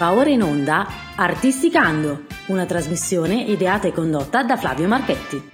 Va ora in onda Artisticando, una trasmissione ideata e condotta da Flavio Marchetti.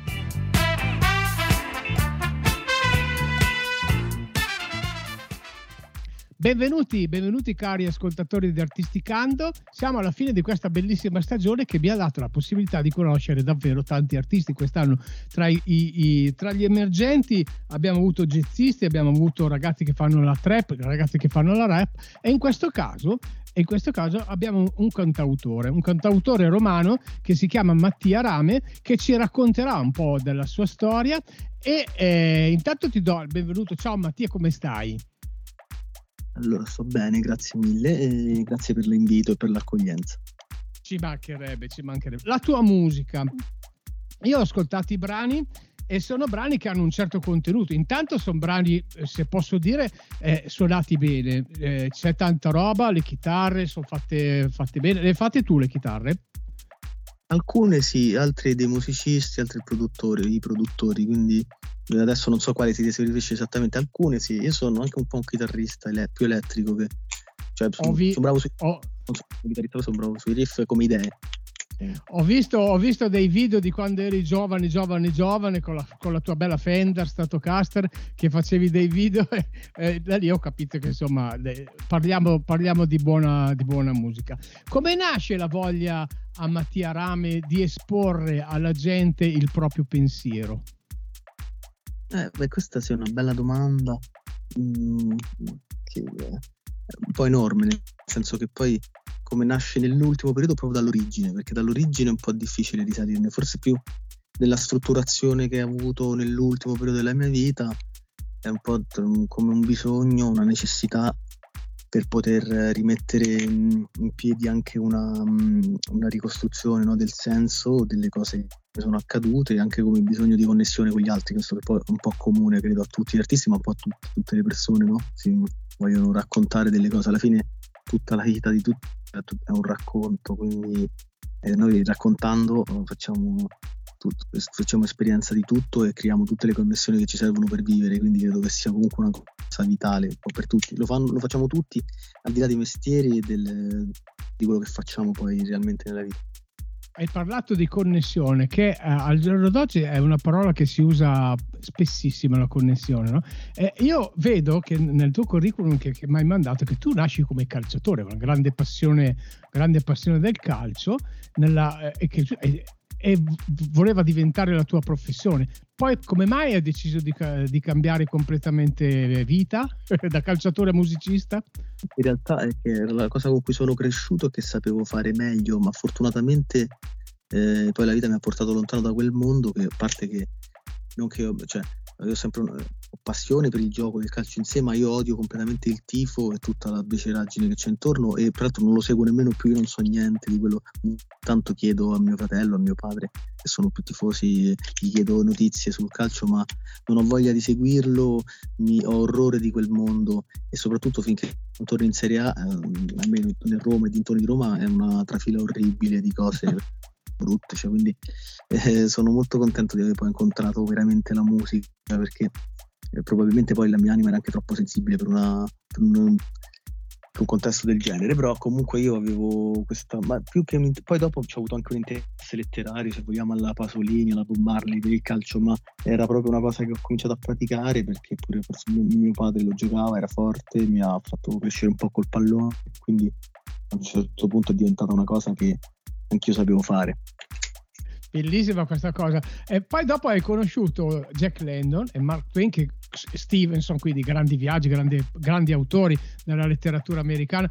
Benvenuti cari ascoltatori di Artisticando. Siamo alla fine di questa bellissima stagione che mi ha dato la possibilità di conoscere davvero tanti artisti. Quest'anno tra gli emergenti abbiamo avuto jazzisti, abbiamo avuto ragazzi che fanno la trap, ragazzi che fanno la rap, e in questo caso abbiamo un cantautore romano che si chiama Mattia Rame, che ci racconterà un po' della sua storia. E intanto ti do il benvenuto. Ciao Mattia, come stai? Allora, sto bene, grazie mille e grazie per l'invito e per l'accoglienza. Ci mancherebbe. La tua musica, io ho ascoltato i brani e sono brani che hanno un certo contenuto. Intanto sono brani, se posso dire, suonati bene, c'è tanta roba, le chitarre sono fatte bene. Le fate tu le chitarre? Alcune sì, altre dei musicisti, altri i produttori, quindi adesso non so quale si riferisce esattamente. Alcune sì, io sono anche un po' un chitarrista più elettrico, che cioè sono bravo sono bravo sui riff come idee. Ho visto dei video di quando eri giovane con la tua bella Fender Stratocaster, che facevi dei video e da lì ho capito che insomma parliamo di buona musica. Come nasce la voglia a Mattia Rame di esporre alla gente il proprio pensiero? Questa sia una bella domanda che è un po' enorme, nel senso che poi come nasce nell'ultimo periodo proprio dall'origine, perché dall'origine è un po' difficile risalirne, forse più nella strutturazione che ho avuto nell'ultimo periodo della mia vita, è un po' come un bisogno, una necessità per poter rimettere in piedi anche una ricostruzione, no, del senso delle cose che sono accadute, e anche come bisogno di connessione con gli altri, questo che poi è un po' comune credo a tutti gli artisti, ma un po' a tutte le persone, no? Si vogliono raccontare delle cose, alla fine tutta la vita di tutti è un racconto, quindi noi raccontando facciamo esperienza di tutto e creiamo tutte le connessioni che ci servono per vivere, quindi credo che sia comunque una cosa vitale un po' per tutti. Lo facciamo tutti, al di là dei mestieri e di quello che facciamo poi realmente nella vita. Hai parlato di connessione, che al giorno d'oggi è una parola che si usa spessissimo, la connessione, no? Io vedo che nel tuo curriculum che mi hai mandato, che tu nasci come calciatore, una grande passione del calcio, e voleva diventare la tua professione. Poi come mai hai deciso di cambiare completamente vita da calciatore a musicista? In realtà è che la cosa con cui sono cresciuto è che sapevo fare meglio, ma fortunatamente poi la vita mi ha portato lontano da quel mondo, che a parte che io sempre ho passione per il gioco del calcio in sé, ma io odio completamente il tifo e tutta la beceraggine che c'è intorno, e peraltro non lo seguo nemmeno più, io non so niente di quello. Tanto chiedo a mio fratello, a mio padre, che sono più tifosi, gli chiedo notizie sul calcio, ma non ho voglia di seguirlo, ho orrore di quel mondo, e soprattutto finché non torno in Serie A, almeno nel Roma e dintorni di Roma, è una trafila orribile di cose brutte, cioè, quindi sono molto contento di aver poi incontrato veramente la musica, perché probabilmente poi la mia anima era anche troppo sensibile per un contesto del genere, però comunque io avevo questa, ma più che poi dopo ho avuto anche un interesse letterario, se vogliamo, alla Pasolini, alla Bob Marley, per il calcio, ma era proprio una cosa che ho cominciato a praticare perché pure forse mio padre lo giocava, era forte, mi ha fatto crescere un po' col pallone, quindi a un certo punto è diventata una cosa che anch'io sapevo fare. Bellissima questa cosa. E poi dopo hai conosciuto Jack London e Mark Twain, che Stevenson, quindi grandi viaggi, grandi autori nella letteratura americana,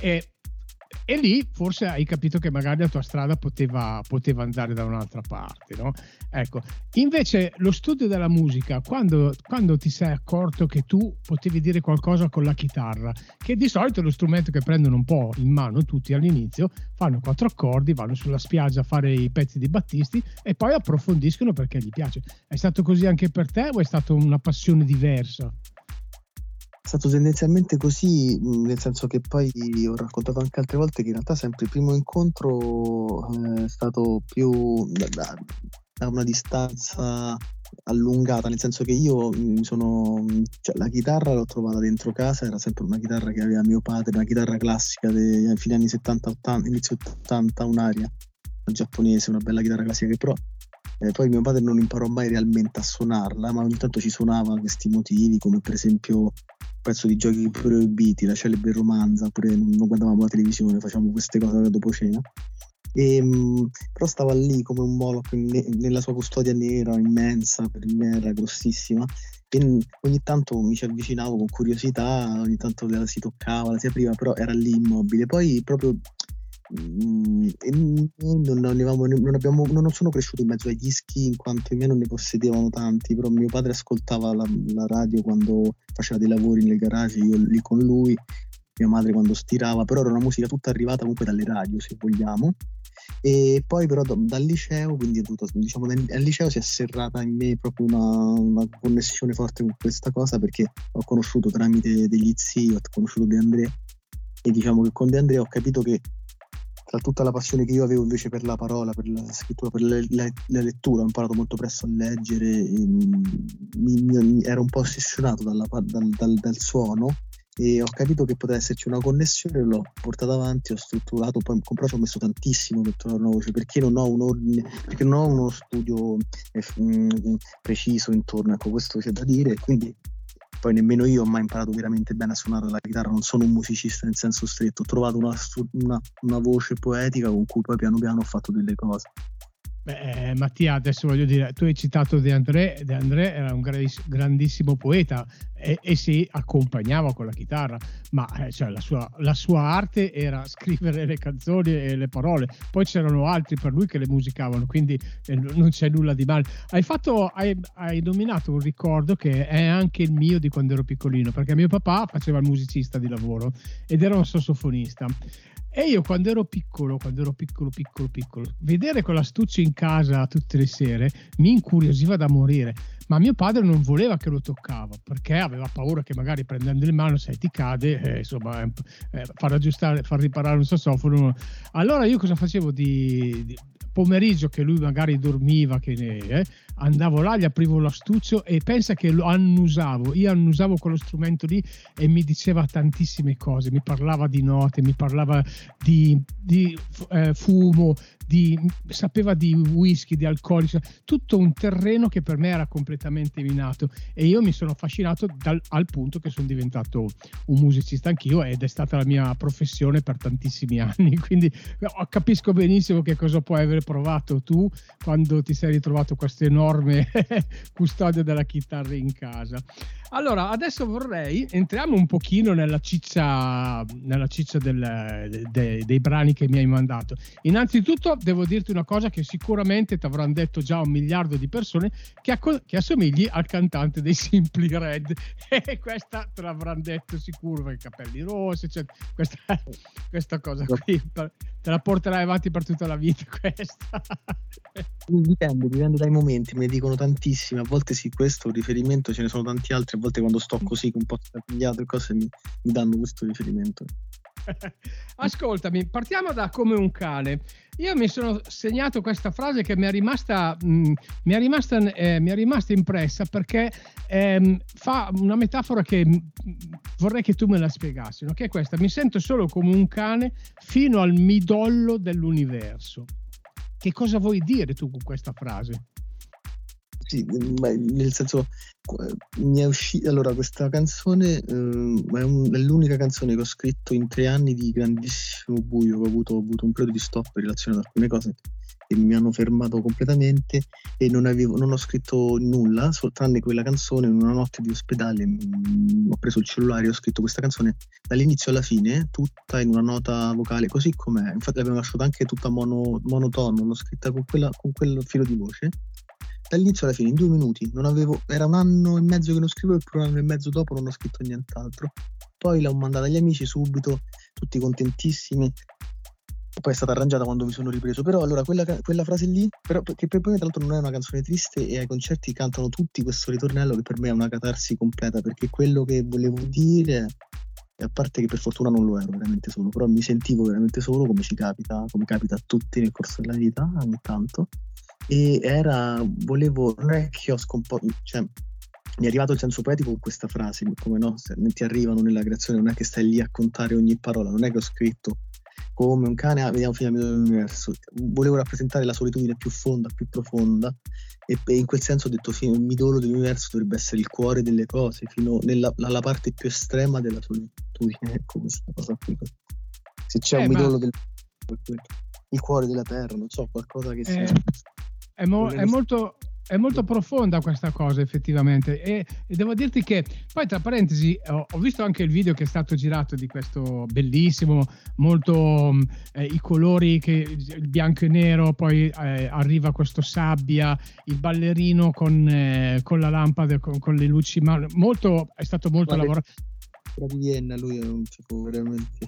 e lì forse hai capito che magari la tua strada poteva andare da un'altra parte, no? Ecco, invece lo studio della musica, quando ti sei accorto che tu potevi dire qualcosa con la chitarra, che di solito è lo strumento che prendono un po' in mano tutti all'inizio, fanno 4 accordi, vanno sulla spiaggia a fare i pezzi di Battisti e poi approfondiscono perché gli piace. È stato così anche per te o è stata una passione diversa? È stato tendenzialmente così, nel senso che poi ho raccontato anche altre volte che in realtà sempre il primo incontro è stato più a una distanza allungata, nel senso che io cioè, la chitarra l'ho trovata dentro casa, era sempre una chitarra che aveva mio padre, una chitarra classica dei fine anni 70-80, inizio 80, un'aria giapponese, una bella chitarra classica che però poi mio padre non imparò mai realmente a suonarla, ma ogni tanto ci suonava questi motivi, come per esempio un pezzo di Giochi Proibiti, la celebre romanza, oppure non guardavamo la televisione, facevamo queste cose dopo cena. Però stava lì come un Moloch nella sua custodia nera immensa, per me era grossissima, e ogni tanto mi ci avvicinavo con curiosità, ogni tanto la si toccava, la si apriva, però era lì immobile. Poi proprio non sono cresciuto in mezzo ai dischi, in quanto i miei non ne possedevano tanti, però mio padre ascoltava la radio quando faceva dei lavori nel garage, io lì con lui, mia madre quando stirava, però era una musica tutta arrivata comunque dalle radio, se vogliamo. E poi però dal liceo, quindi diciamo al liceo si è serrata in me proprio una connessione forte con questa cosa, perché ho conosciuto tramite degli zii, ho conosciuto De André, e diciamo che con De André ho capito che tra tutta la passione che io avevo invece per la parola, per la scrittura, per la lettura, ho imparato molto presto a leggere, ero un po' ossessionato dal suono, e ho capito che poteva esserci una connessione, l'ho portata avanti, ho strutturato, poi però ci ho messo tantissimo per trovare una voce, perché non ho un ordine, perché non ho uno studio preciso intorno, ecco, questo c'è da dire, quindi poi nemmeno io ho mai imparato veramente bene a suonare la chitarra, non sono un musicista in senso stretto, ho trovato una voce poetica con cui poi piano piano ho fatto delle cose. Beh, Mattia, adesso voglio dire, tu hai citato De André era un grandissimo poeta e si accompagnava con la chitarra, ma cioè, la sua arte era scrivere le canzoni e le parole, poi c'erano altri per lui che le musicavano, quindi non c'è nulla di male. Hai nominato un ricordo che è anche il mio di quando ero piccolino, perché mio papà faceva il musicista di lavoro ed era un sassofonista. E io quando ero piccolo, vedere quell'astuccio in casa tutte le sere mi incuriosiva da morire, ma mio padre non voleva che lo toccava perché aveva paura che magari prendendo in mano, se ti cade, insomma, far riparare un sassofono. Allora io cosa facevo di pomeriggio che lui magari dormiva, andavo là, gli aprivo l'astuccio e pensa che io annusavo quello strumento lì e mi diceva tantissime cose, mi parlava di note, mi parlava di fumo, sapeva di whisky, di alcolici, tutto un terreno che per me era completamente minato, e io mi sono affascinato al punto che sono diventato un musicista anch'io, ed è stata la mia professione per tantissimi anni, quindi capisco benissimo che cosa puoi aver provato tu quando ti sei ritrovato questo enorme custodio della chitarra in casa. Allora, adesso entriamo un pochino nella ciccia dei brani che mi hai mandato. Innanzitutto devo dirti una cosa che sicuramente ti avranno detto già 1 miliardo di persone, che assomigli al cantante dei Simply Red, e questa te l'avranno detto sicuro, perché i capelli rossi, cioè, questa cosa qui te la porterai avanti per tutta la vita, questa. Dipende dai momenti, me ne dicono tantissimi, a volte sì, questo riferimento, ce ne sono tanti altri, a volte quando sto così un po' strabiliato e cose mi danno questo riferimento. Ascoltami, partiamo da Come un cane. Io mi sono segnato questa frase che mi è rimasta impressa, perché fa una metafora che vorrei che tu me la spiegassi, no? Che è questa: mi sento solo come un cane fino al midollo dell'universo. Che cosa vuoi dire tu con questa frase? Sì, nel senso, mi è uscita, allora, questa canzone è l'unica canzone che ho scritto in 3 anni di grandissimo buio, ho avuto un periodo di stop in relazione ad alcune cose che mi hanno fermato completamente, e non ho scritto nulla, tranne quella canzone. In una notte di ospedale ho preso il cellulare e ho scritto questa canzone dall'inizio alla fine, tutta in una nota vocale, così com'è. Infatti l'abbiamo lasciata anche tutta monotono, l'ho scritta con quel filo di voce, dall'inizio alla fine, in 2 minuti. Era 1 anno e mezzo che non scrivevo, e per 1 anno e mezzo dopo non ho scritto nient'altro. Poi l'ho mandata agli amici subito, tutti contentissimi. Poi è stata arrangiata quando mi sono ripreso. Però allora quella frase lì, però, che per me tra l'altro non è una canzone triste, e ai concerti cantano tutti questo ritornello che per me è una catarsi completa, perché quello che volevo dire, e a parte che per fortuna non lo ero veramente solo, però mi sentivo veramente solo, come capita a tutti nel corso della vita ogni tanto. e volevo, non è che ho scomposto, cioè mi è arrivato il senso poetico con questa frase, come no, se ti arrivano nella creazione, non è che stai lì a contare ogni parola, non è che ho scritto come un cane, vediamo fino all'universo, volevo rappresentare la solitudine più fonda, più profonda, e in quel senso ho detto il midollo dell'universo dovrebbe essere il cuore delle cose, fino alla parte più estrema della solitudine, ecco questa cosa qui. Se c'è un midollo il cuore della terra, non so, qualcosa che sia... È molto profonda questa cosa, effettivamente, e devo dirti che poi, tra parentesi, ho visto anche il video che è stato girato di questo bellissimo, molto i colori, che il bianco e nero, poi arriva questo sabbia, il ballerino con la lampada, con le luci, ma è stato molto lavorato. Di Vienna, lui è un tipo veramente...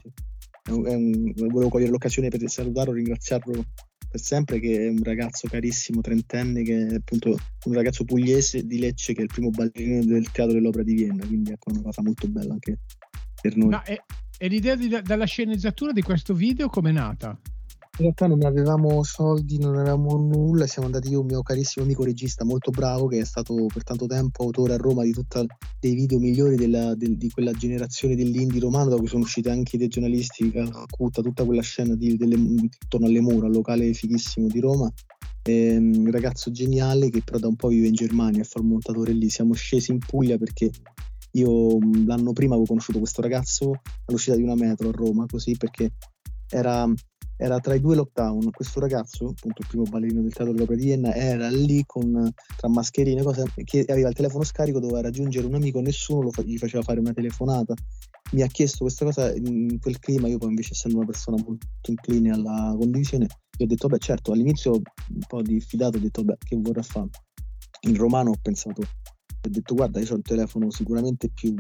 volevo cogliere l'occasione per salutarlo, ringraziarlo per sempre, che è un ragazzo carissimo, trentenne, che è appunto un ragazzo pugliese di Lecce, che è il primo ballerino del Teatro dell'Opera di Vienna, quindi ecco una cosa molto bella anche per noi. E l'idea della sceneggiatura di questo video com'è nata? In realtà non avevamo soldi, non avevamo nulla, siamo andati io e un mio carissimo amico regista molto bravo, che è stato per tanto tempo autore a Roma di dei video migliori di quella generazione dell'indie romano, da cui sono usciti anche dei giornalisti, Calcutta, tutta quella scena intorno alle mura, un locale fighissimo di Roma. Un ragazzo geniale che però da un po' vive in Germania e fa il montatore lì. Siamo scesi in Puglia perché io l'anno prima avevo conosciuto questo ragazzo all'uscita di una metro a Roma, così, perché era tra i due lockdown. Questo ragazzo, appunto il primo ballerino del Teatro dell'Opera di Vienna, era lì tra mascherine e cose, che aveva il telefono scarico, doveva raggiungere un amico, nessuno gli faceva fare una telefonata. Mi ha chiesto questa cosa in quel clima, io poi invece, essendo una persona molto incline alla condivisione, gli ho detto beh certo, all'inizio un po' diffidato, ho detto beh, che vorrà fare? In romano ho pensato, ho detto guarda, io ho il telefono sicuramente più,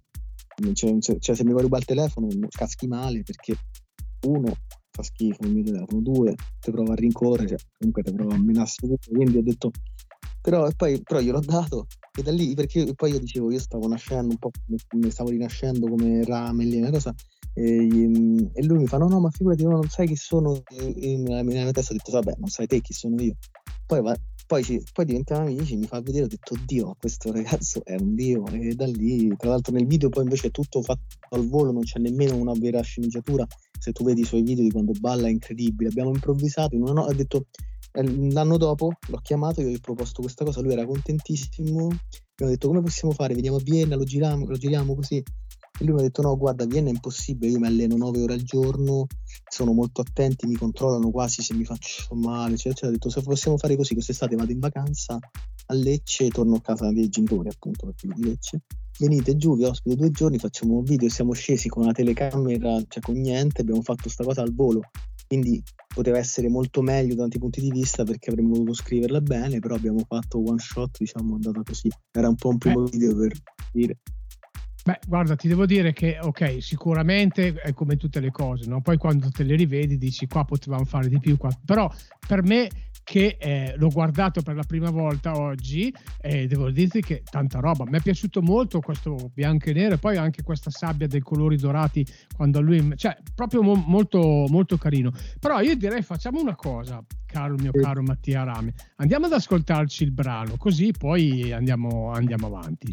cioè se mi vuoi rubare il telefono caschi male, perché uno fa schifo il mio telefono, due ti provo a rincorrere, cioè, comunque ti provo a menarsi, quindi ho detto però gliel'ho dato, e da lì, perché poi io dicevo, io stavo nascendo un po', come stavo rinascendo come Ramel, una cosa, e lui mi fa no ma figurati, non sai chi sono, nella mia testa ho detto vabbè, non sai te chi sono io, poi diventiamo amici, mi fa vedere, ho detto oddio, questo ragazzo è un dio, e da lì, tra l'altro nel video poi invece è tutto fatto al volo, non c'è nemmeno una vera sceneggiatura. Se tu vedi i suoi video di quando balla è incredibile, abbiamo improvvisato, ho detto, l'anno dopo l'ho chiamato, io gli ho proposto questa cosa, lui era contentissimo, mi ha detto come possiamo fare, veniamo a Vienna, lo giriamo così, e lui mi ha detto no guarda, Vienna è impossibile, io mi alleno 9 ore al giorno, sono molto attenti, mi controllano quasi se mi faccio male, cioè ha detto se possiamo fare così, quest'estate vado in vacanza a Lecce e torno a casa dei genitori, appunto di Lecce, venite giù, vi ospito 2 giorni, facciamo un video, siamo scesi con una telecamera, cioè con niente, abbiamo fatto sta cosa al volo, quindi poteva essere molto meglio da tanti punti di vista, perché avremmo dovuto scriverla bene, però abbiamo fatto one shot, diciamo, è andata così, era un po' un primo video per dire. Beh, guarda, ti devo dire che ok, sicuramente è come tutte le cose, no? Poi quando te le rivedi dici qua potevamo fare di più, qua. Però per me, che l'ho guardato per la prima volta oggi, devo dirti che tanta roba, mi è piaciuto molto questo bianco e nero, e poi anche questa sabbia dei colori dorati quando lui, cioè proprio molto molto carino. Però io direi facciamo una cosa, caro Mattia Arame, andiamo ad ascoltarci il brano, così poi andiamo avanti,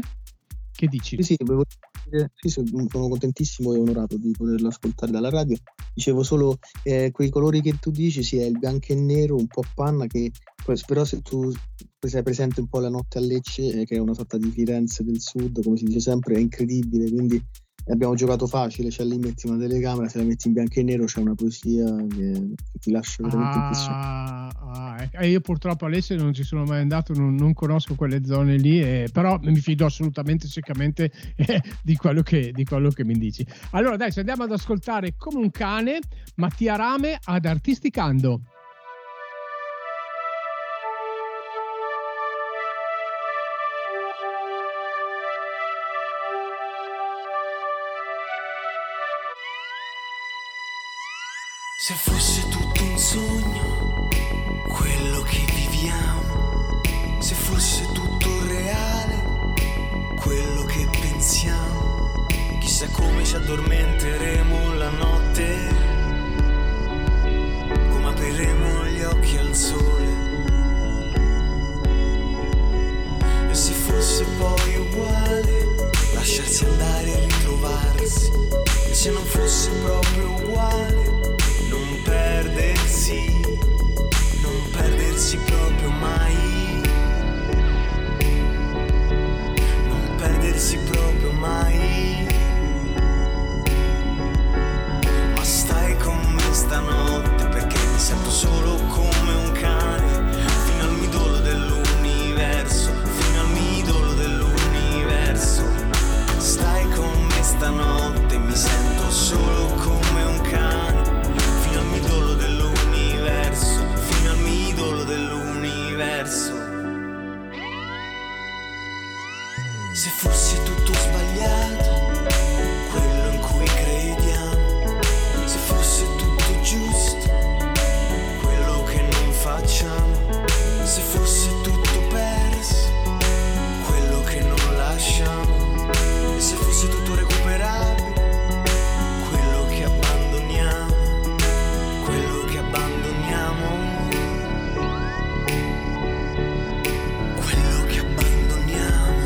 Che dici? Sì, sono contentissimo e onorato di poterlo ascoltare dalla radio. Dicevo solo, quei colori che tu dici, sì, è il bianco e nero, un po' panna, che però se tu sei presente un po' la notte a Lecce, che è una sorta di Firenze del sud, come si dice sempre, è incredibile, quindi abbiamo giocato facile, cioè lì metti una telecamera, se la metti in bianco e nero c'è una poesia che ti lascia veramente impressionato. Io purtroppo a Lecce non ci sono mai andato, non conosco quelle zone lì, però mi fido assolutamente ciecamente di quello che mi dici. Allora dai, ci andiamo ad ascoltare come un cane Mattia Arame ad Artisticando. Se fosse tutto un sogno, quello che viviamo, se fosse tutto reale, quello che pensiamo, chissà come ci addormenteremo la notte, come apriremo gli occhi al sole, fosse poi uguale, lasciarsi andare e ritrovarsi, e se non fosse proprio uguale, non perdersi proprio mai, non perdersi proprio mai. Ma stai con me stanotte perché mi sento solo come un cane, fino al midollo dell'universo, fino al midollo dell'universo. Stai con me stanotte, mi sento solo come un cane, fino al midollo dell'universo, fino al midollo dell'universo. Se fosse tutto sbagliato, quello in cui crediamo, se fosse tutto giusto, quello che non facciamo, se fosse tutto perso, quello che non lasciamo, e se fosse tutto recuperabile, quello che abbandoniamo, quello che abbandoniamo, quello che abbandoniamo.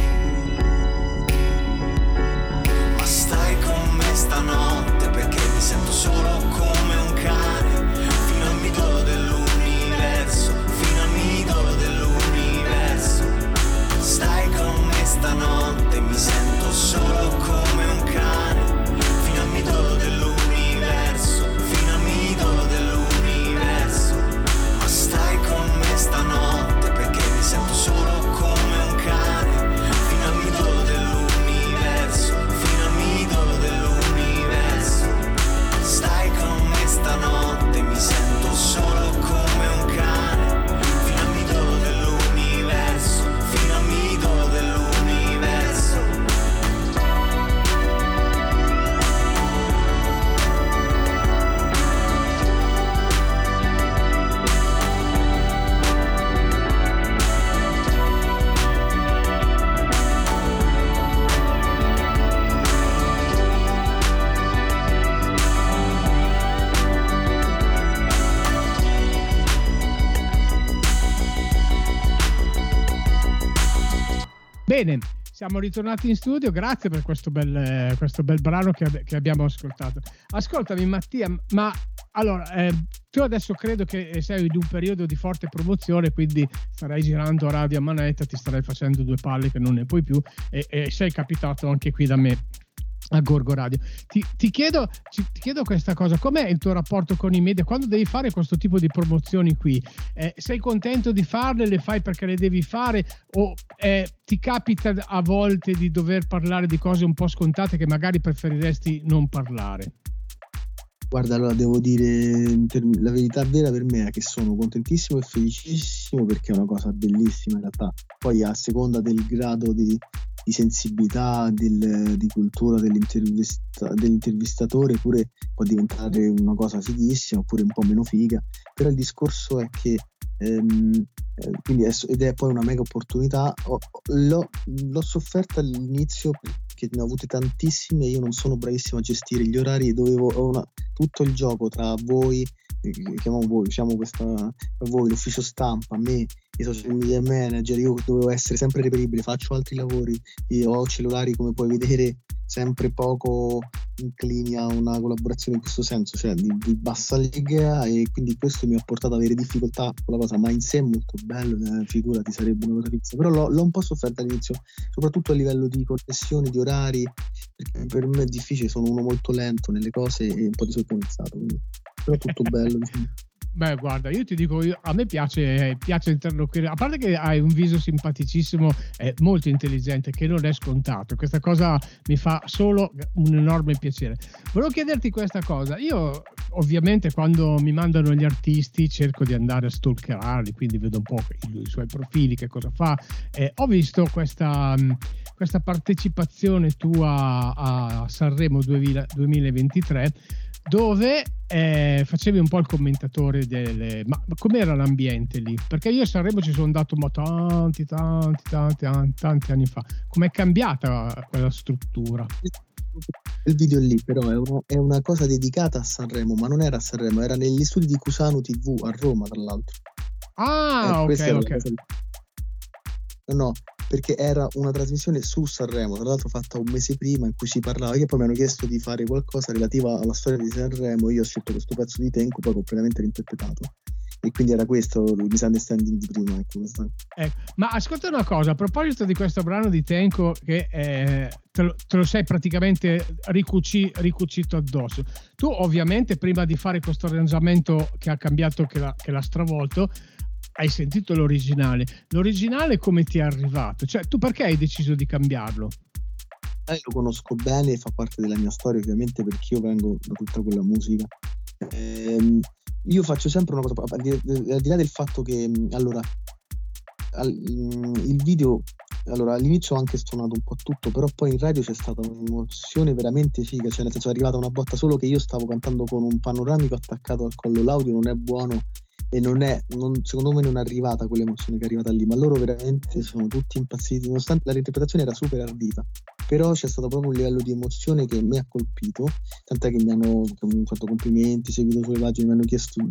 Ma stai con me stanotte perché mi sento solo come un cane, fino al midollo dell'universo, fino al midollo dell'universo. Stai con me stanotte, mi sento solo come un cane, fino al midollo dell'universo, fino al midollo dell'universo. Ma stai con me stanotte perché mi sento solo come un cane, fino al midollo dell'universo, fino al midollo dell'universo. Stai con me stanotte, mi sento solo come un cane, fino al midollo dell'universo, fino al midollo dell'universo. Bene, siamo ritornati in studio, grazie per questo bel brano che abbiamo ascoltato. Ascoltami Mattia, ma allora tu adesso credo che sei in un periodo di forte promozione, quindi starai girando radio a manetta, ti starai facendo due palle che non ne puoi più e sei capitato anche qui da me a Gorgo Radio. Ti chiedo questa cosa: com'è il tuo rapporto con i media quando devi fare questo tipo di promozioni qui? Sei contento di farle? Le fai perché le devi fare? O ti capita a volte di dover parlare di cose un po' scontate che magari preferiresti non parlare? Guarda, allora devo dire la verità vera per me è che sono contentissimo e felicissimo perché è una cosa bellissima in realtà. Poi a seconda del grado di sensibilità, di cultura dell'intervistatore pure può diventare una cosa fighissima oppure un po' meno figa, però il discorso è che quindi ed è poi una mega opportunità. L'ho sofferta all'inizio perché ne ho avute tantissime, io non sono bravissimo a gestire gli orari e tutto il gioco tra voi, chiamiamo voi, diciamo voi, l'ufficio stampa, me, i social media manager, io dovevo essere sempre reperibile, faccio altri lavori, io ho cellulari, come puoi vedere, sempre poco inclini a una collaborazione in questo senso, cioè di bassa lega, e quindi questo mi ha portato ad avere difficoltà con la cosa, ma in sé è molto bello, figurati, sarebbe una cosa pizza, però l'ho un po' sofferta all'inizio, soprattutto a livello di connessioni, di orari, perché per me è difficile, sono uno molto lento nelle cose e un po' disorganizzato, quindi però tutto bello. Beh, guarda, io ti dico, a me piace interloquire, a parte che hai un viso simpaticissimo, molto intelligente, che non è scontato, questa cosa mi fa solo un enorme piacere. Volevo chiederti questa cosa: io ovviamente quando mi mandano gli artisti cerco di andare a stalkerarli, quindi vedo un po' i suoi profili, che cosa fa. Ho visto questa partecipazione tua a Sanremo 2023, dove facevi un po' il commentatore ma com'era l'ambiente lì? Perché io a Sanremo ci sono andato tanti anni fa. Com'è cambiata quella struttura? Il video lì però è una cosa dedicata a Sanremo, ma non era a Sanremo, era negli studi di Cusano TV a Roma, tra l'altro. Ok. No, perché era una trasmissione su Sanremo, tra l'altro fatta un mese prima, in cui si parlava, che poi mi hanno chiesto di fare qualcosa relativa alla storia di Sanremo, io ho scelto questo pezzo di Tenco, poi completamente reinterpretato, e quindi era questo il misunderstanding di prima, ecco, questa. Ma ascolta una cosa, a proposito di questo brano di Tenco che te lo sei praticamente ricucito addosso. Tu ovviamente prima di fare questo arrangiamento che ha cambiato, che l'ha stravolto, hai sentito l'originale. L'originale come ti è arrivato? Cioè, tu perché hai deciso di cambiarlo? Lo conosco bene, fa parte della mia storia ovviamente, perché io vengo da tutta quella musica. Io faccio sempre una cosa, al di là del fatto che allora il video, allora all'inizio ho anche suonato un po' tutto, però poi in radio c'è stata un'emozione veramente figa, cioè nel senso è arrivata una botta, solo che io stavo cantando con un panoramico attaccato al collo, l'audio non è buono e secondo me non è arrivata quell'emozione che è arrivata lì, ma loro veramente sono tutti impazziti, nonostante la reinterpretazione era super ardita, però c'è stato proprio un livello di emozione che mi ha colpito, tant'è che mi hanno fatto complimenti, seguito sulle pagine, mi hanno chiesto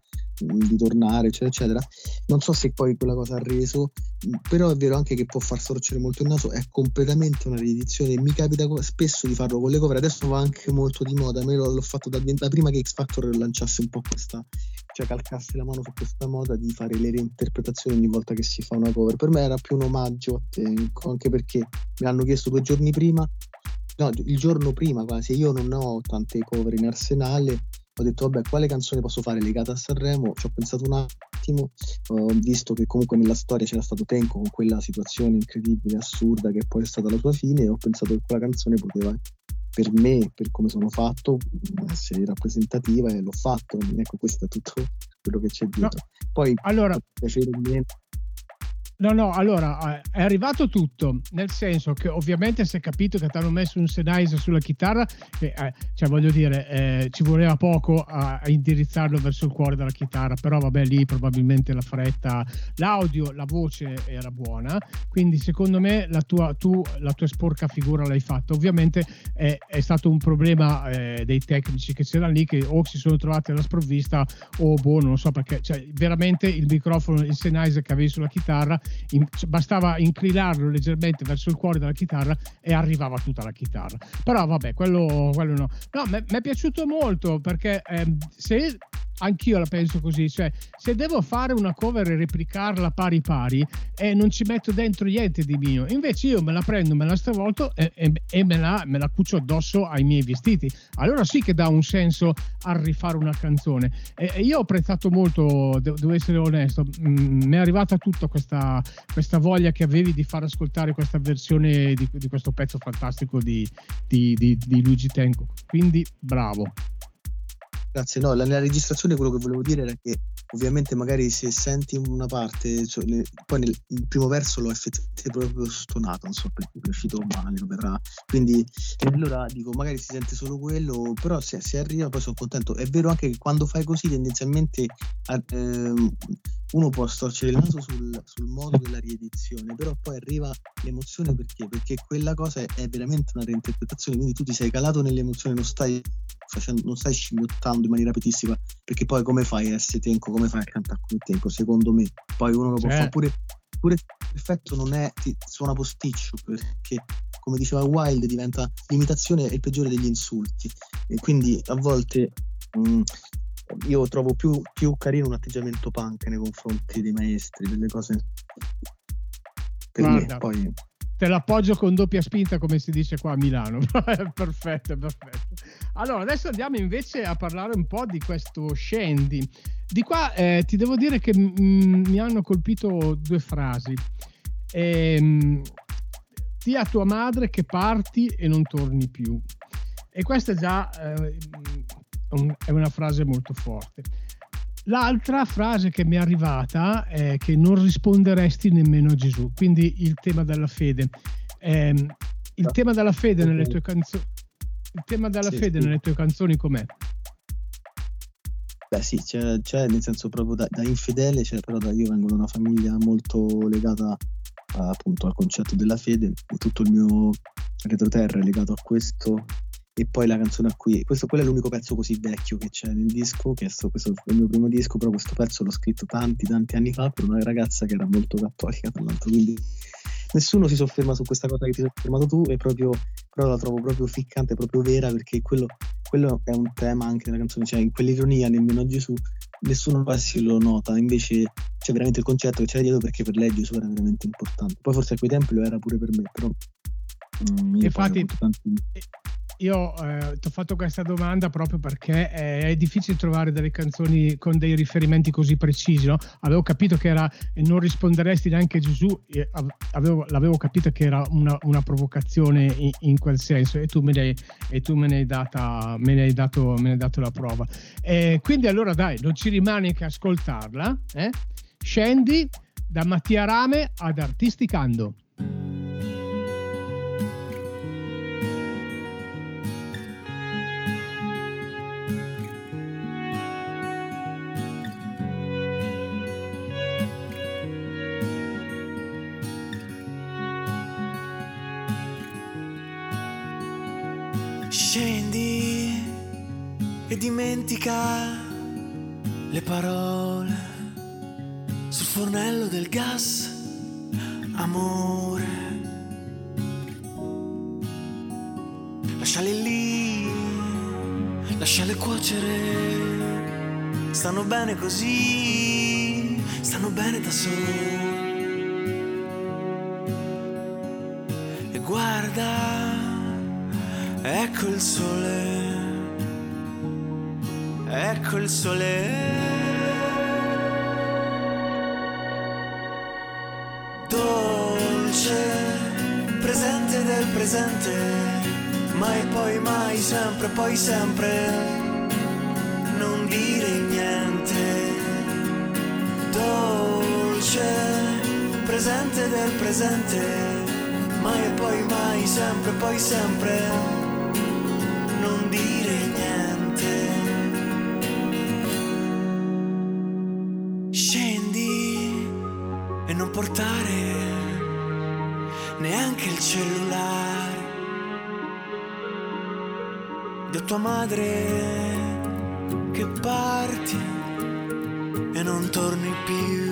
di tornare, eccetera eccetera. Non so se poi quella cosa ha reso, però è vero anche che può far storcere molto il naso, è completamente una riedizione. Mi capita spesso di farlo con le cover, adesso va anche molto di moda, me l'ho fatto da prima che X Factor lanciasse un po' questa, cioè calcasse la mano su questa moda di fare le reinterpretazioni ogni volta che si fa una cover. Per me era più un omaggio a Tenco, anche perché me l'hanno chiesto 2 giorni prima, no, il giorno prima quasi, io non ho tante cover in arsenale, ho detto vabbè, quale canzone posso fare legata a Sanremo, ci ho pensato un attimo, ho visto che comunque nella storia c'era stato Tenco con quella situazione incredibile, assurda, che poi è stata la sua fine, e ho pensato che quella canzone poteva, per me, per come sono fatto, essere rappresentativa, e l'ho fatto. Ecco, questo è tutto quello che c'è dietro. No, poi allora, piacere niente. No, allora è arrivato tutto, nel senso che ovviamente si è capito che ti hanno messo un Sennheiser sulla chitarra, cioè voglio dire, ci voleva poco a indirizzarlo verso il cuore della chitarra, però vabbè, lì probabilmente la fretta, l'audio, la voce era buona, quindi secondo me la tua sporca figura l'hai fatta. Ovviamente è stato un problema dei tecnici che c'erano lì, che o si sono trovati alla sprovvista o non lo so perché, cioè veramente il microfono, il Sennheiser che avevi sulla chitarra, bastava inclinarlo leggermente verso il cuore della chitarra e arrivava tutta la chitarra. Però vabbè, quello no. Mi è piaciuto molto, perché se anch'io la penso così, cioè se devo fare una cover e replicarla pari non ci metto dentro niente di mio, invece io me la prendo, me la stravolto e me la cucio addosso ai miei vestiti, allora sì che dà un senso a rifare una canzone. E io ho apprezzato molto, devo essere onesto, mi è arrivata tutta questa voglia che avevi di far ascoltare questa versione di questo pezzo fantastico di Luigi Tenco, quindi bravo. Grazie. No, nella registrazione quello che volevo dire era che ovviamente magari se senti una parte, cioè, poi nel primo verso l'ho effettivamente proprio stonato, non so perché è uscito male, lo vedrà, quindi allora dico magari si sente solo quello, però se arriva poi sono contento. È vero anche che quando fai così tendenzialmente uno può storcere il naso sul modo della riedizione, però poi arriva l'emozione, perché quella cosa è veramente una reinterpretazione, quindi tu ti sei calato nell'emozione, non stai scimmiottando in maniera ripetitiva, perché poi come fai a essere Tenco, come fai a cantare come Tenco, secondo me poi uno lo può fare pure perfetto, non è, suona posticcio, perché come diceva Wilde diventa l'imitazione è il peggiore degli insulti, e quindi a volte io trovo più carino un atteggiamento punk nei confronti dei maestri, delle cose per Guarda, me poi te l'appoggio con doppia spinta, come si dice qua a Milano. perfetto. Allora adesso andiamo invece a parlare un po' di questo Scendi. Di qua ti devo dire che mi hanno colpito 2 frasi. Di a tua madre che parti e non torni più, e questa è già è una frase molto forte. L'altra frase che mi è arrivata è che non risponderesti nemmeno a Gesù, quindi il tema della fede. Il tema della fede nelle tue canzoni, nelle tue canzoni com'è? Beh sì, c'è nel senso proprio da infedele, però io vengo da una famiglia molto legata appunto al concetto della fede, e tutto il mio retroterra è legato a questo. E poi la canzone a cui quello è l'unico pezzo così vecchio che c'è nel disco, questo è il mio primo disco, però questo pezzo l'ho scritto tanti anni fa per una ragazza che era molto cattolica, tra l'altro, quindi nessuno si sofferma su questa cosa che ti sei soffermato tu, però la trovo proprio ficcante, proprio vera, perché quello è un tema anche nella canzone, cioè in quell'ironia nemmeno a Gesù nessuno quasi lo nota, invece c'è veramente il concetto che c'era dietro, perché per lei Gesù era veramente importante. Poi forse a quei tempi lo era pure per me, però infatti io ti ho fatto questa domanda proprio perché è difficile trovare delle canzoni con dei riferimenti così precisi, no? Avevo capito che era, e non risponderesti neanche Gesù, l'avevo capito che era una provocazione in quel senso, e tu me ne hai dato la prova. Quindi allora dai, non ci rimane che ascoltarla. Scendi da Mattia Rame ad Artisticando. Scendi e dimentica le parole sul fornello del gas, amore. Lasciale lì, lasciale cuocere, stanno bene così, stanno bene da soli. E guarda, ecco il sole, ecco il sole. Dolce, presente del presente, mai poi mai, sempre poi sempre, non dire niente. Dolce, presente del presente, mai e poi mai, sempre poi sempre, non dire niente. Scendi e non portare neanche il cellulare di tua madre, che parti e non torni più.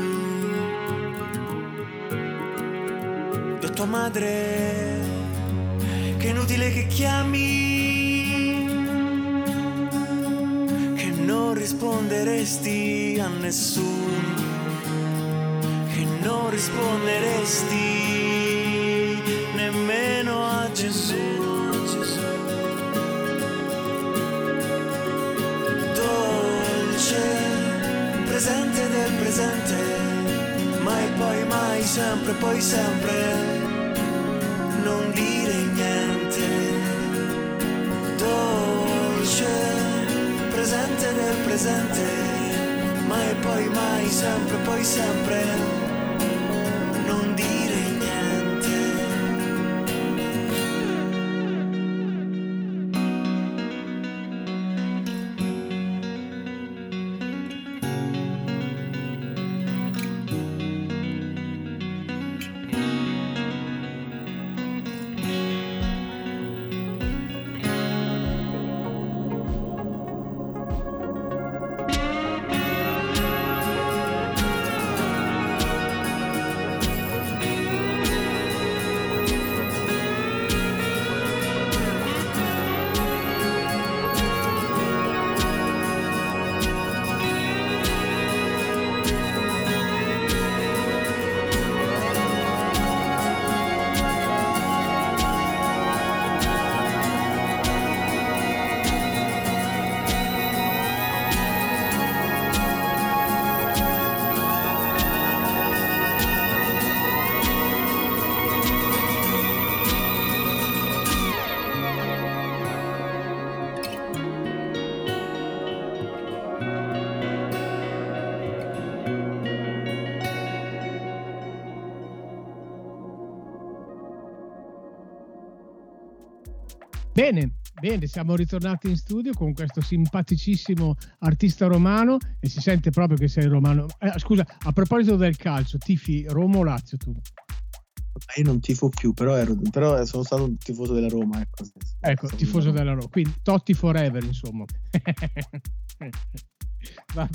Di tua madre, che è inutile che chiami, che non risponderesti a nessuno, che non risponderesti nemmeno a Gesù. Dolce, presente del presente, mai poi mai, sempre poi sempre, non dire niente. Dolce, presente del presente, mai poi mai, sempre poi sempre, non dire niente. Bene, siamo ritornati in studio con questo simpaticissimo artista romano, e si sente proprio che sei romano. Scusa, a proposito del calcio, tifi Roma o Lazio tu? Io non tifo più, però sono stato un tifoso della Roma. Ecco, tifoso della Roma, quindi Totti forever, insomma. Va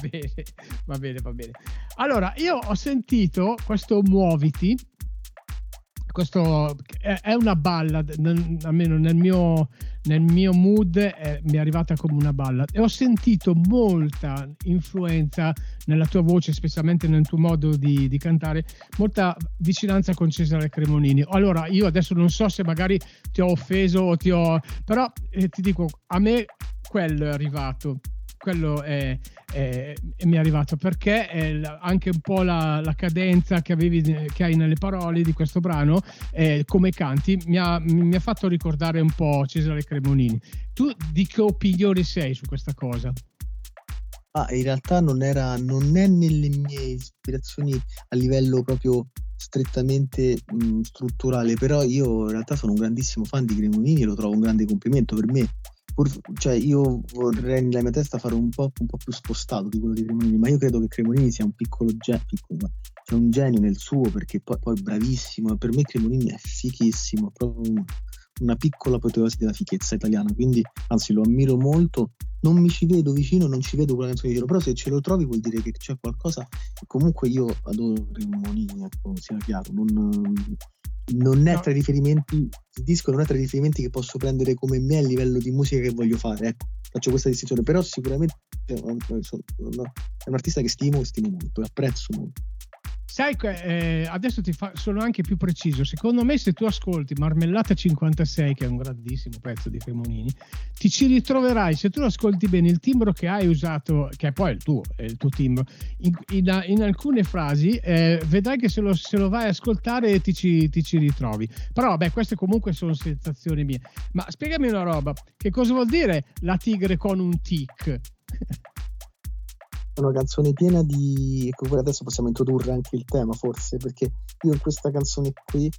bene. Allora, io ho sentito questo Muoviti questo è una ballad, almeno nel mio mood mi è arrivata come una ballad, e ho sentito molta influenza nella tua voce, specialmente nel tuo modo di cantare, molta vicinanza con Cesare Cremonini. Allora io adesso non so se magari ti ho offeso o però ti dico, a me quello è arrivato, quello mi è arrivato, perché anche un po' la cadenza che hai nelle parole di questo brano, come canti, mi ha fatto ricordare un po' Cesare Cremonini. Tu di che opinione sei su questa cosa? In realtà non è nelle mie ispirazioni a livello proprio strettamente strutturale, però io in realtà sono un grandissimo fan di Cremonini e lo trovo un grande complimento per me. Cioè io vorrei nella mia testa fare un po' più spostato di quello di Cremonini, ma io credo che Cremonini sia un c'è un genio nel suo, perché poi bravissimo. Per me Cremonini è fichissimo, proprio una piccola apoteosi della fichezza italiana, quindi anzi lo ammiro molto. Non mi ci vedo vicino, non ci vedo quella canzone vicino, però se ce lo trovi vuol dire che c'è qualcosa. Comunque io adoro Cremonini, ecco, sia chiaro, non è tra i riferimenti, il disco non è tra i riferimenti che posso prendere come me a livello di musica che voglio fare, ecco, faccio questa distinzione, però sicuramente è un artista che stimo molto e apprezzo molto. Sai, adesso sono anche più preciso. Secondo me, se tu ascolti Marmellata 56, che è un grandissimo pezzo di Cremonini, ti ci ritroverai, se tu ascolti bene, il timbro che hai usato, che è poi il tuo timbro, in alcune frasi, vedrai che se lo vai a ascoltare ti ci ritrovi. Però vabbè, queste comunque sono sensazioni mie. Ma spiegami una roba, che cosa vuol dire La tigre con un tic? Una canzone piena di... Ecco, adesso possiamo introdurre anche il tema, forse, perché io in questa canzone qui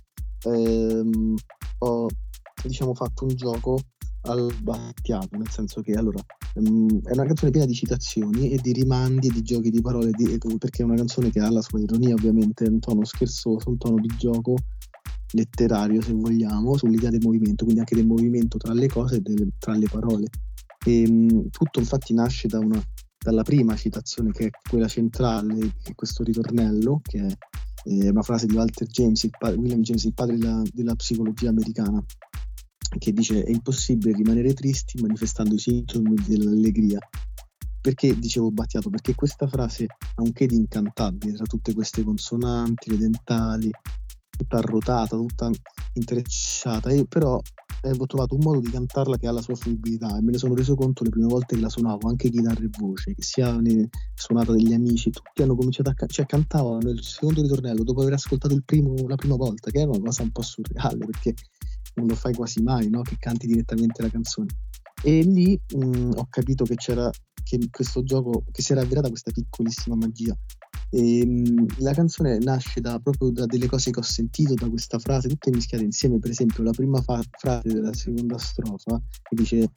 ho, diciamo, fatto un gioco al Battiato, nel senso che allora è una canzone piena di citazioni e di rimandi e di giochi di parole, perché è una canzone che ha la sua ironia, ovviamente, un tono scherzoso, un tono di gioco letterario, se vogliamo, sull'idea del movimento, quindi anche del movimento tra le cose e tra le parole. E tutto infatti nasce dalla prima citazione, che è quella centrale, che è questo ritornello, che è una frase di William James, il padre della psicologia americana, che dice: è impossibile rimanere tristi manifestando i sintomi dell'allegria. Perché dicevo Battiato? Perché questa frase ha un che di incantabile tra tutte queste consonanti, le dentali, tutta arrotata, tutta intrecciata. Io però avevo trovato un modo di cantarla che ha la sua fruibilità, e me ne sono reso conto le prime volte che la suonavo, anche chitarra e voce, che sia suonata dagli amici, tutti hanno cominciato cantavano il secondo ritornello dopo aver ascoltato la prima volta, che era una cosa un po' surreale, perché non lo fai quasi mai, no? Che canti direttamente la canzone. E lì ho capito che c'era, che questo gioco, che si era avverata questa piccolissima magia. La canzone nasce proprio da delle cose che ho sentito, da questa frase, tutte mischiate insieme. Per esempio la prima frase della seconda strofa, che dice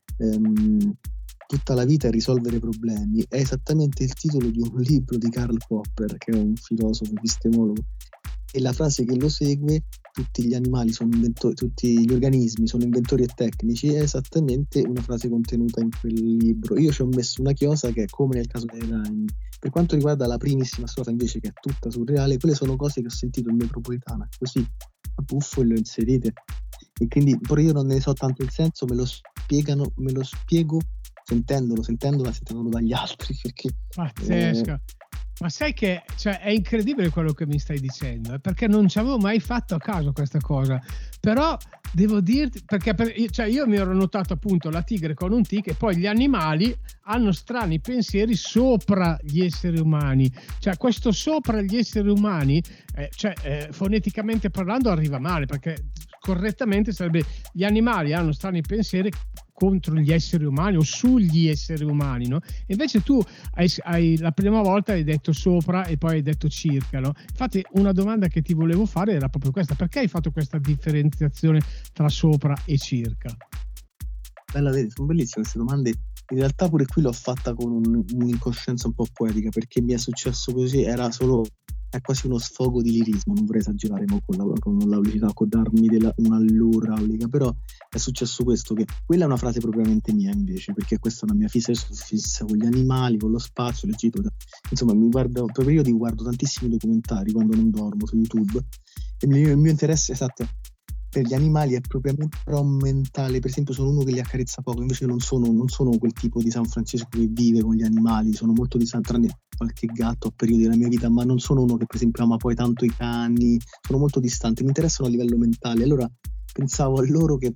tutta la vita è risolvere problemi, è esattamente il titolo di un libro di Karl Popper, che è un filosofo epistemologo, e la frase che lo segue, tutti gli animali sono inventori, tutti gli organismi sono inventori e tecnici, è esattamente una frase contenuta in quel libro. Io ci ho messo una chiosa che è come nel caso dei ragni. Per quanto riguarda la primissima strofa invece, che è tutta surreale, quelle sono cose che ho sentito in metropolitana, così a buffo, e le ho inserite, e quindi pure io non ne so tanto il senso, me lo spiego sentendola dagli altri, perché pazzesca. Ma sai che, cioè, è incredibile quello che mi stai dicendo, perché non ci avevo mai fatto a caso questa cosa. Però devo dirti, perché io mi ero notato appunto la tigre con un tic, e poi gli animali hanno strani pensieri sopra gli esseri umani. Cioè questo sopra gli esseri umani, foneticamente parlando arriva male, perché correttamente sarebbe gli animali hanno strani pensieri contro gli esseri umani o sugli esseri umani, no? Invece tu hai la prima volta hai detto sopra e poi hai detto circa, no? Infatti una domanda che ti volevo fare era proprio questa: perché hai fatto questa differenziazione tra sopra e circa? Bella, vedi, sono bellissime queste domande. In realtà pure qui l'ho fatta con un'incoscienza un po' poetica, perché mi è successo così, è quasi uno sfogo di lirismo, non vorrei esagerare con l'aulicità, con darmi un'allura aulica, però è successo questo, che quella è una frase propriamente mia invece, perché questa è una mia fissa con gli animali, con lo spazio, l'Egitto, insomma io guardo tantissimi documentari quando non dormo su YouTube, il mio interesse, esatto, per gli animali è propriamente però mentale. Per esempio sono uno che li accarezza poco, invece non sono quel tipo di San Francesco che vive con gli animali, sono molto distante, tranne qualche gatto a periodi della mia vita, ma non sono uno che per esempio ama poi tanto i cani, sono molto distante, mi interessano a livello mentale. Allora pensavo a loro che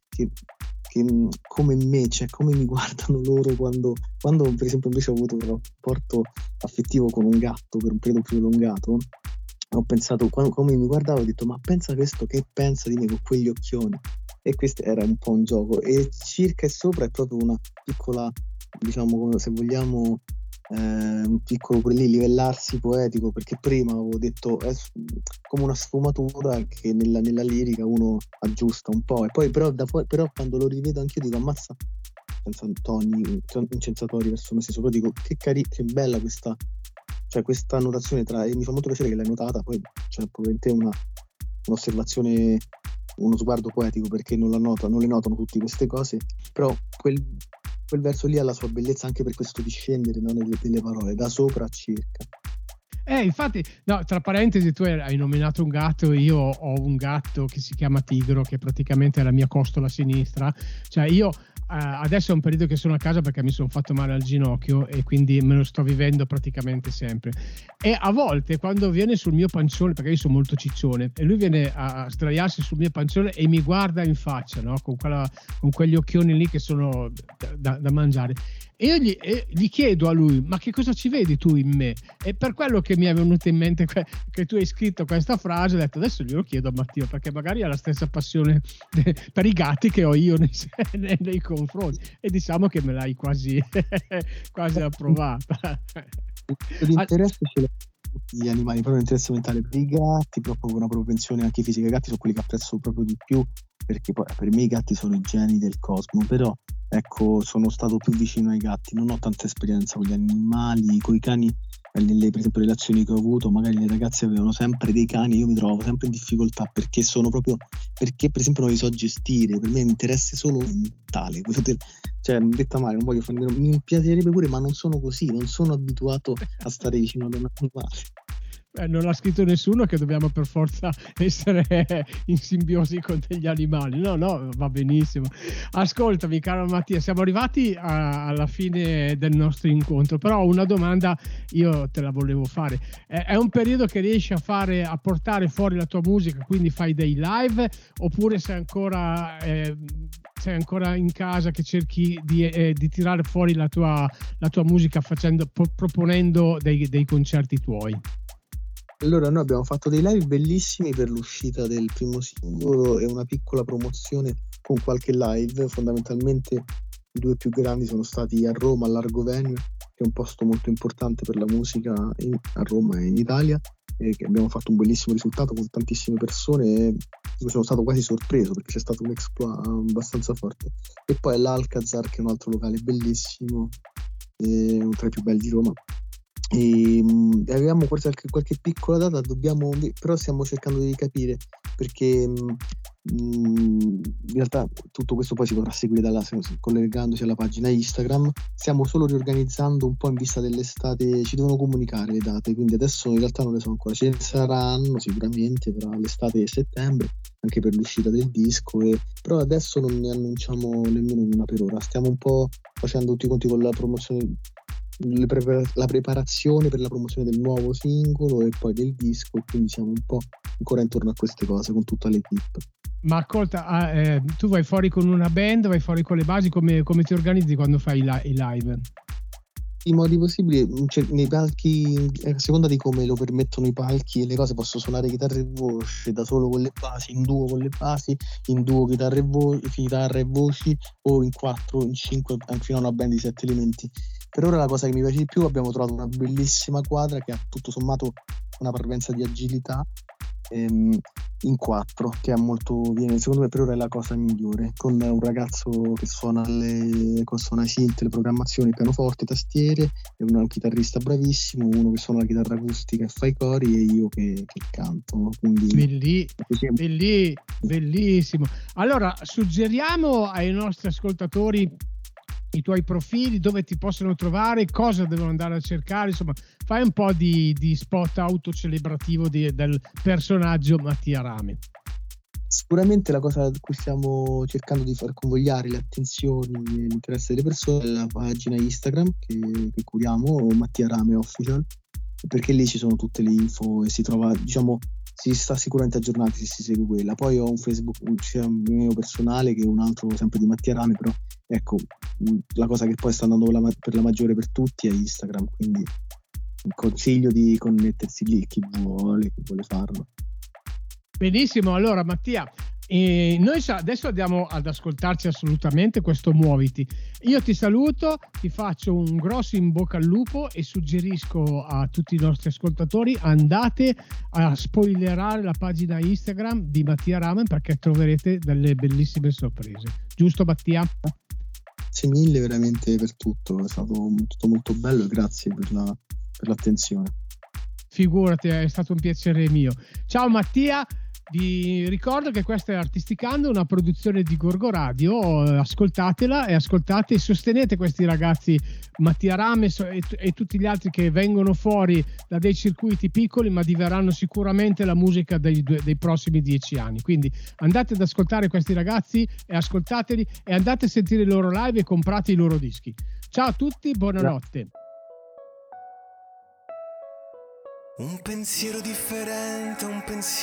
come me, cioè come mi guardano loro quando per esempio invece ho avuto un rapporto affettivo con un gatto per un periodo più allungato. Ho pensato, come mi guardavo, ho detto ma pensa questo che pensa di me con quegli occhioni, e questo era un po' un gioco. E circa e sopra è proprio una piccola, diciamo, se vogliamo, un piccolo lì livellarsi poetico, perché prima avevo detto è come una sfumatura che nella lirica uno aggiusta un po', e poi però quando lo rivedo anch'io dico ammazza, senza toni incensatori verso me stesso, però dico che bella questa, cioè questa annotazione e mi fa molto piacere che l'hai notata. Poi c'è probabilmente un'osservazione, uno sguardo poetico, perché non le notano tutte queste cose, però quel verso lì ha la sua bellezza anche per questo discendere, no, delle parole da sopra a circa. Infatti, no, tra parentesi, tu hai nominato un gatto, io ho un gatto che si chiama Tigro, che praticamente è la mia costola sinistra, cioè io adesso è un periodo che sono a casa perché mi sono fatto male al ginocchio e quindi me lo sto vivendo praticamente sempre, e a volte quando viene sul mio pancione, perché io sono molto ciccione, e lui viene a sdraiarsi sul mio pancione e mi guarda in faccia, no? Con quegli occhioni lì che sono da mangiare, e io gli chiedo a lui ma che cosa ci vedi tu in me, e per quello che mi è venuto in mente che tu hai scritto questa frase, ho detto adesso glielo chiedo a Matteo, perché magari ha la stessa passione per i gatti che ho io nei confronti, e diciamo che me l'hai quasi approvata. L'interesse ce l'ho tutti gli animali, però l'interesse mentale per i gatti, proprio una propensione anche fisica. I gatti sono quelli che apprezzo proprio di più, perché poi per me i gatti sono i geni del cosmo, però ecco, sono stato più vicino ai gatti, non ho tanta esperienza con gli animali. Con i cani, nelle per esempio relazioni che ho avuto, magari le ragazze avevano sempre dei cani, io mi trovo sempre in difficoltà perché per esempio non li so gestire. Per me è un interesse solo mentale, cioè detta male, non voglio farmi, mi piacerebbe pure, ma non sono così, non sono abituato a stare vicino ad un animale. Non l'ha scritto nessuno che dobbiamo per forza essere in simbiosi con degli animali. No, va benissimo. Ascoltami, caro Mattia, siamo arrivati alla fine del nostro incontro, però una domanda io te la volevo fare. È un periodo che riesci a portare fuori la tua musica, quindi fai dei live, oppure sei ancora in casa che cerchi di tirare fuori la tua musica proponendo dei concerti tuoi? Allora, noi abbiamo fatto dei live bellissimi per l'uscita del primo singolo e una piccola promozione con qualche live. Fondamentalmente i due più grandi sono stati a Roma, all'Argovenio, che è un posto molto importante per la musica a Roma e in Italia, e che abbiamo fatto un bellissimo risultato con tantissime persone, e io sono stato quasi sorpreso perché c'è stato un exploit abbastanza forte. E poi all'Alcazar, che è un altro locale bellissimo, tra i più belli di Roma. E avevamo qualche piccola data, però stiamo cercando di capire, perché in realtà tutto questo poi si potrà seguire collegandosi alla pagina Instagram. Stiamo solo riorganizzando un po' in vista dell'estate, ci devono comunicare le date, quindi adesso in realtà non le so ancora, ce ne saranno sicuramente tra l'estate e settembre, anche per l'uscita del disco, però adesso non ne annunciamo nemmeno una per ora. Stiamo un po' facendo tutti i conti con la promozione, la preparazione per la promozione del nuovo singolo e poi del disco, quindi siamo un po' ancora intorno a queste cose con tutta l'equipe. Ma ascolta, tu vai fuori con una band, vai fuori con le basi, come ti organizzi quando fai i live? I modi possibili, nei palchi, a seconda di come lo permettono i palchi e le cose, posso suonare chitarra e voce da solo con le basi, in duo con le basi, in duo chitarra e voci, o in 4, in 5, fino a una band di 7 elementi. Per ora la cosa che mi piace di più, abbiamo trovato una bellissima quadra che ha tutto sommato una parvenza di agilità, in 4, che è viene, secondo me per ora è la cosa migliore, con un ragazzo che suona i synth, le programmazioni, il pianoforte, tastiere, e un chitarrista bravissimo, uno che suona la chitarra acustica e fa i cori, e io che canto, quindi bellissimo. Allora suggeriamo ai nostri ascoltatori i tuoi profili, dove ti possono trovare, cosa devono andare a cercare, insomma fai un po' di spot autocelebrativo del personaggio Mattia Rame. Sicuramente la cosa a cui stiamo cercando di far convogliare le attenzioni e l'interesse delle persone è la pagina Instagram che curiamo, Mattia Rame Official, perché lì ci sono tutte le info e si trova, diciamo, si sta sicuramente aggiornati se si segue quella. Poi ho un Facebook sia un mio personale che un altro sempre di Mattia Rame, però ecco, la cosa che poi sta andando per la maggiore per tutti è Instagram, quindi consiglio di connettersi lì chi vuole farlo. Benissimo, allora Mattia, noi adesso andiamo ad ascoltarci assolutamente questo Muoviti. Io ti saluto, ti faccio un grosso in bocca al lupo e suggerisco a tutti i nostri ascoltatori: andate a spoilerare la pagina Instagram di Mattia Rame, perché troverete delle bellissime sorprese. Giusto Mattia? Grazie mille veramente per tutto, è stato tutto molto bello e grazie per l'attenzione. Figurati, è stato un piacere mio. Ciao Mattia. Vi ricordo che questa è Artisticando, una produzione di Gorgo Radio. Ascoltatela e ascoltate e sostenete questi ragazzi, Mattia Rame e tutti gli altri che vengono fuori da dei circuiti piccoli ma diverranno sicuramente la musica dei prossimi 10 anni. Quindi andate ad ascoltare questi ragazzi e ascoltateli e andate a sentire i loro live e comprate i loro dischi. Ciao a tutti, buonanotte. Un pensiero differente, due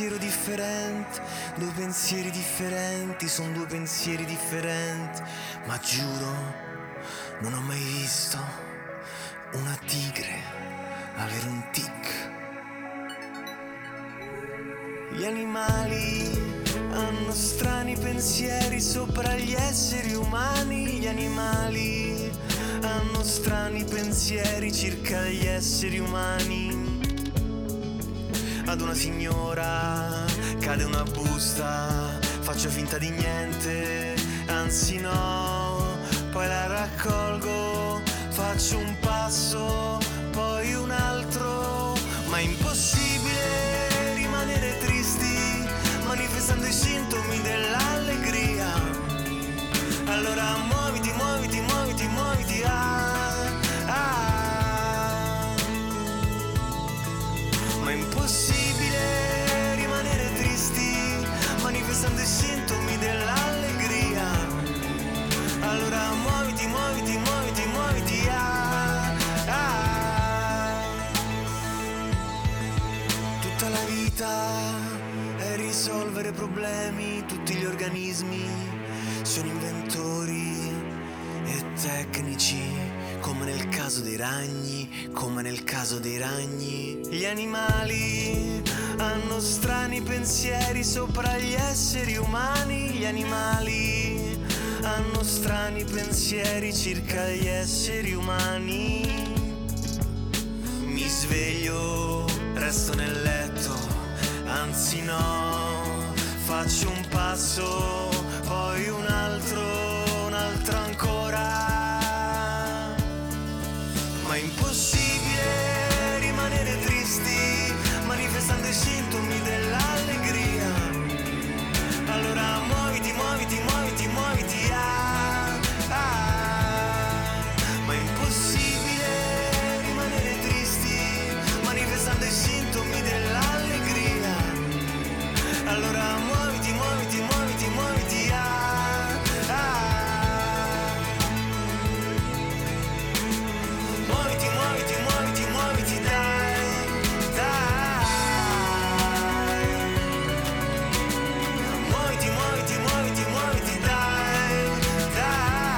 pensieri differenti, sono due pensieri differenti, ma giuro, non ho mai visto una tigre avere un tic. Gli animali hanno strani pensieri sopra gli esseri umani, gli animali hanno strani pensieri circa gli esseri umani. Ad una signora cade una busta, faccio finta di niente, anzi no, poi la raccolgo, faccio un passo, poi un altro, ma è impossibile rimanere tristi, manifestando i sintomi dell'allegria. Allora muoviti, muoviti, muoviti, muoviti, ma è impossibile rimanere tristi, manifestando i sintomi dell'allegria. Allora muoviti, muoviti, muoviti, muoviti, Tutta la vita è risolvere problemi, tutti gli organismi sono inventori e tecnici, come nel caso dei ragni, come nel caso dei ragni. Gli animali hanno strani pensieri sopra gli esseri umani, gli animali hanno strani pensieri circa gli esseri umani. Mi sveglio, resto nel letto, anzi no, faccio un passo, poi un altro ancora. Ma è impossibile rimanere tristi, manifestando i sintomi dell'allegria. Allora muoviti, muoviti, muoviti, muoviti, ma è impossibile rimanere tristi, manifestando i sintomi dell'allegria. Allora muoviti, muoviti, muoviti, muoviti, muoviti, muoviti, muoviti, muoviti, dai, dai. Muoviti, muoviti, muoviti, muoviti, dai, dai.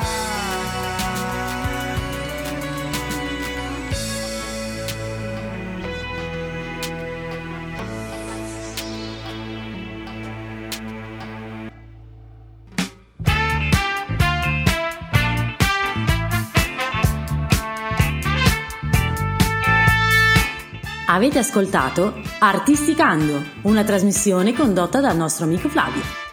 Avete ascoltato Artisticando, una trasmissione condotta dal nostro amico Flavio.